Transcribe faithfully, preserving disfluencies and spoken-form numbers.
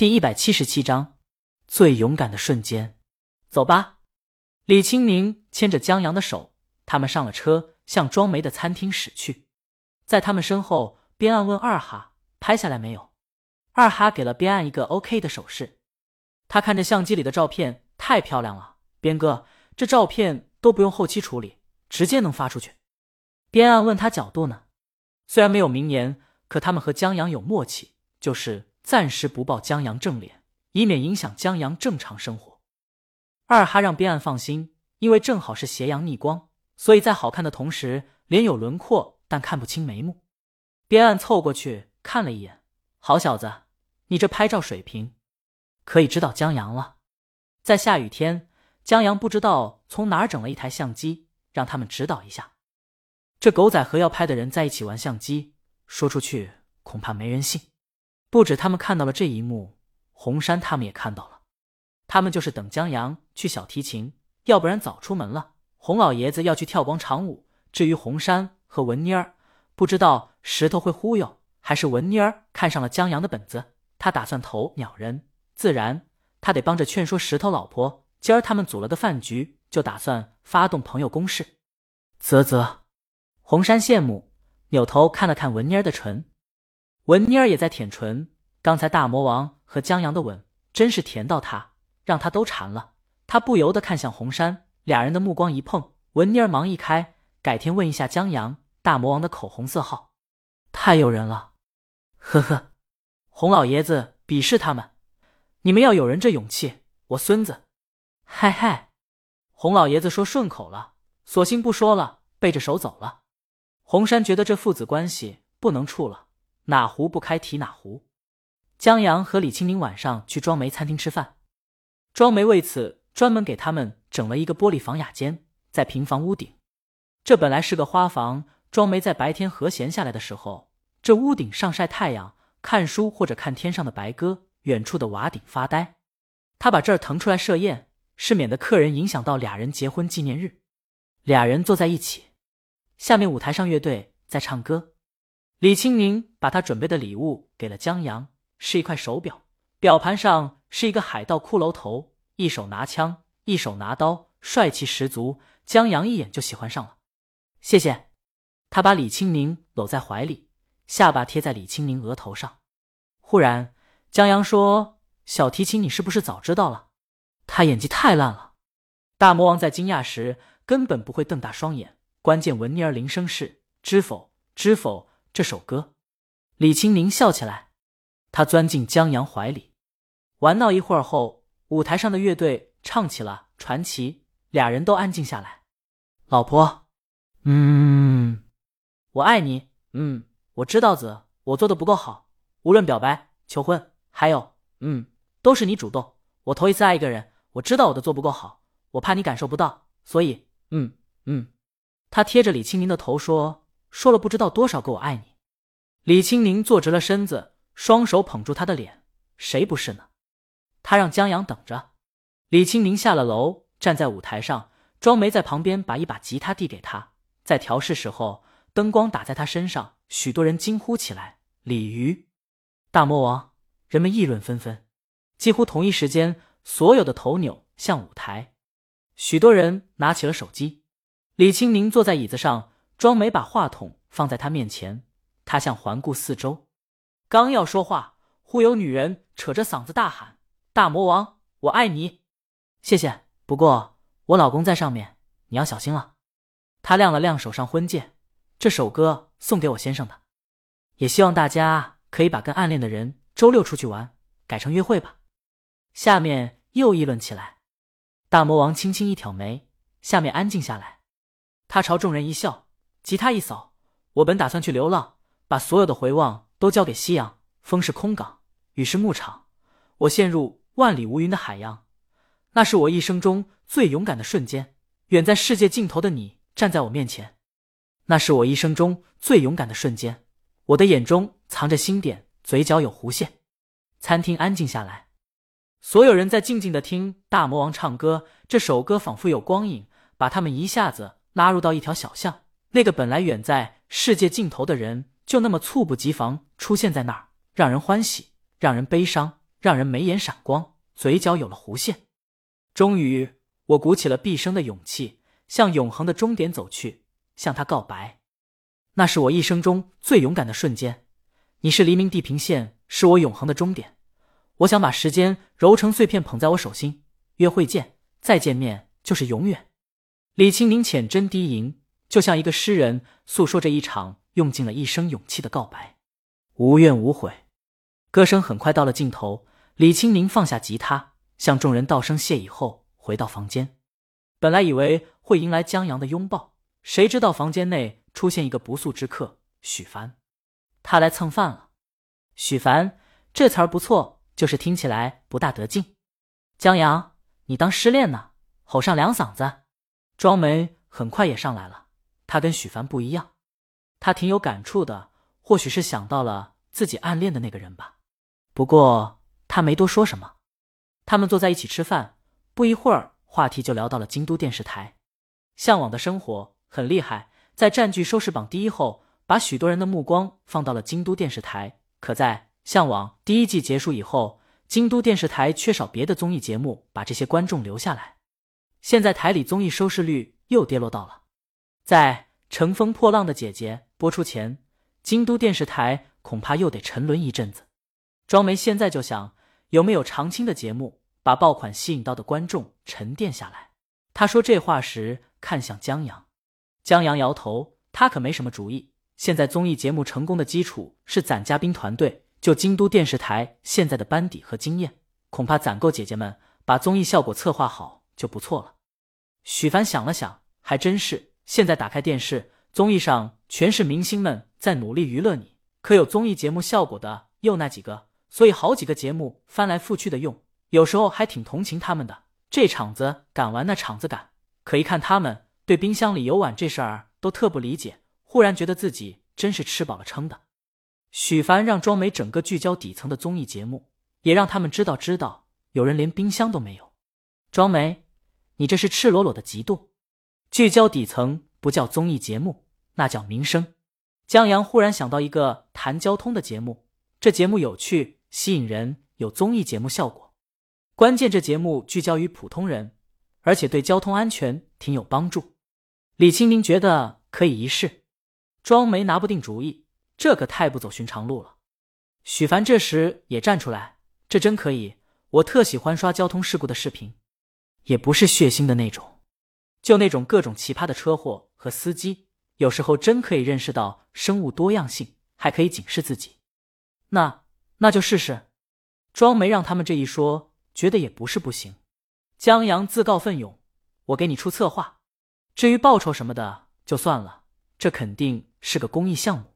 第一百七十七章最勇敢的瞬间。走吧。李青宁牵着江阳的手，他们上了车，向庄梅的餐厅驶去。在他们身后，边岸问二哈拍下来没有。二哈给了边岸一个 OK 的手势。他看着相机里的照片，太漂亮了，边哥，这照片都不用后期处理，直接能发出去。边岸问他角度呢？虽然没有明言，可他们和江阳有默契，就是暂时不抱江阳正脸，以免影响江阳正常生活。二哈让边岸放心，因为正好是斜阳逆光，所以在好看的同时，脸有轮廓，但看不清眉目。边岸凑过去看了一眼，好小子，你这拍照水平可以指导江阳了。在下雨天，江阳不知道从哪儿整了一台相机，让他们指导一下。这狗仔和要拍的人在一起玩相机，说出去恐怕没人信。不止他们看到了这一幕，红山他们也看到了。他们就是等江阳去小提琴，要不然早出门了。洪老爷子要去跳广场舞，至于红山和文妮儿，不知道石头会忽悠，还是文妮儿看上了江阳的本子，他打算投鸟人，自然他得帮着劝说石头老婆。今儿他们组了个饭局，就打算发动朋友攻势。啧啧，红山羡慕，扭头看了看文妮儿的唇。文妮儿也在舔唇，刚才大魔王和江阳的吻真是甜到他，让他都馋了。他不由得看向红山，俩人的目光一碰，文妮儿忙一开，改天问一下江阳大魔王的口红色号。太诱人了，呵呵。洪老爷子鄙视他们，你们要有人这勇气，我孙子。嗨嗨，洪老爷子说顺口了，索性不说了，背着手走了。红山觉得这父子关系不能处了，哪壶不开提哪壶。江阳和李青宁晚上去庄梅餐厅吃饭，庄梅为此专门给他们整了一个玻璃房雅间，在平房屋顶。这本来是个花房，庄梅在白天和闲下来的时候，这屋顶上晒太阳，看书或者看天上的白鸽，远处的瓦顶发呆。他把这儿腾出来设宴，是免得客人影响到俩人结婚纪念日。俩人坐在一起，下面舞台上乐队在唱歌。李青宁把他准备的礼物给了江阳，是一块手表，表盘上是一个海盗骷髅头，一手拿枪，一手拿刀，帅气十足。江阳一眼就喜欢上了。谢谢。他把李青宁搂在怀里，下巴贴在李青宁额头上。忽然江阳说，小提琴你是不是早知道了？他演技太烂了。大魔王在惊讶时根本不会瞪大双眼，关键文妮儿铃声是知否知否这首歌。李青宁笑起来，他钻进江阳怀里。玩闹一会儿后，舞台上的乐队唱起了传奇，俩人都安静下来。老婆，嗯，我爱你，嗯，我知道子我做的不够好，无论表白求婚还有嗯都是你主动，我头一次爱一个人，我知道我的做不够好，我怕你感受不到，所以嗯嗯。他贴着李青宁的头说，说了不知道多少个我爱你。李青宁坐直了身子，双手捧住他的脸，谁不是呢？他让江阳等着。李青宁下了楼，站在舞台上，庄梅在旁边把一把吉他递给他，在调试时候灯光打在他身上，许多人惊呼起来，鲤鱼大魔王。人们议论纷纷，几乎同一时间，所有的头扭向舞台，许多人拿起了手机。李青宁坐在椅子上，庄梅把话筒放在他面前，他向环顾四周，刚要说话，忽有女人扯着嗓子大喊，大魔王我爱你。谢谢，不过我老公在上面，你要小心了。他亮了亮手上婚戒，这首歌送给我先生的，也希望大家可以把跟暗恋的人周六出去玩改成约会吧。下面又议论起来。大魔王轻轻一挑眉，下面安静下来。他朝众人一笑，吉他一扫，我本打算去流浪，把所有的回望都交给夕阳，风是空港，雨是牧场，我陷入万里无云的海洋。那是我一生中最勇敢的瞬间，远在世界尽头的你站在我面前。那是我一生中最勇敢的瞬间，我的眼中藏着星点，嘴角有弧线。餐厅安静下来，所有人在静静地听大魔王唱歌，这首歌仿佛有光影，把他们一下子拉入到一条小巷，那个本来远在世界尽头的人就那么猝不及防出现在那儿，让人欢喜，让人悲伤， 让人眉眼闪光，嘴角有了弧线。终于，我鼓起了毕生的勇气，向永恒的终点走去，向他告白。那是我一生中最勇敢的瞬间。你是黎明地平线，是我永恒的终点。我想把时间揉成碎片捧在我手心，约会见，再见面就是永远。李青宁浅斟低吟，就像一个诗人诉说着一场用尽了一生勇气的告白，无怨无悔。歌声很快到了尽头，李青宁放下吉他，向众人道声谢以后回到房间。本来以为会迎来江阳的拥抱，谁知道房间内出现一个不速之客许凡。他来蹭饭了。许凡，这词儿不错，就是听起来不大得劲。江阳，你当失恋呢？吼上两嗓子。庄梅很快也上来了，他跟许凡不一样，他挺有感触的，或许是想到了自己暗恋的那个人吧。不过他没多说什么。他们坐在一起吃饭，不一会儿话题就聊到了京都电视台。向往的生活很厉害，在占据收视榜第一后，把许多人的目光放到了京都电视台。可在向往第一季结束以后，京都电视台缺少别的综艺节目把这些观众留下来。现在台里综艺收视率又跌落到了在乘风破浪的姐姐播出前，京都电视台恐怕又得沉沦一阵子。庄梅现在就想，有没有常青的节目把爆款吸引到的观众沉淀下来。他说这话时看向江阳，江阳摇头，他可没什么主意。现在综艺节目成功的基础是攒嘉宾团队，就京都电视台现在的班底和经验，恐怕攒够姐姐们把综艺效果策划好就不错了。许凡想了想，还真是，现在打开电视，综艺上全是明星们在努力娱乐你，可有综艺节目效果的又那几个，所以好几个节目翻来覆去的用，有时候还挺同情他们的，这场子赶完那场子赶。可一看他们对冰箱里有碗这事儿都特不理解，忽然觉得自己真是吃饱了撑的。许凡让庄梅整个聚焦底层的综艺节目，也让他们知道知道有人连冰箱都没有。庄梅，你这是赤裸裸的嫉妒。聚焦底层不叫综艺节目，那叫民生。江阳忽然想到一个谈交通的节目，这节目有趣吸引人，有综艺节目效果，关键这节目聚焦于普通人，而且对交通安全挺有帮助。李青宁觉得可以一试。庄梅拿不定主意，这可太不走寻常路了。许凡这时也站出来，这真可以，我特喜欢刷交通事故的视频，也不是血腥的那种，就那种各种奇葩的车祸和司机，有时候真可以认识到生物多样性，还可以警示自己。那那就试试。庄梅让他们这一说，觉得也不是不行。江阳自告奋勇，我给你出策划，至于报酬什么的就算了，这肯定是个公益项目。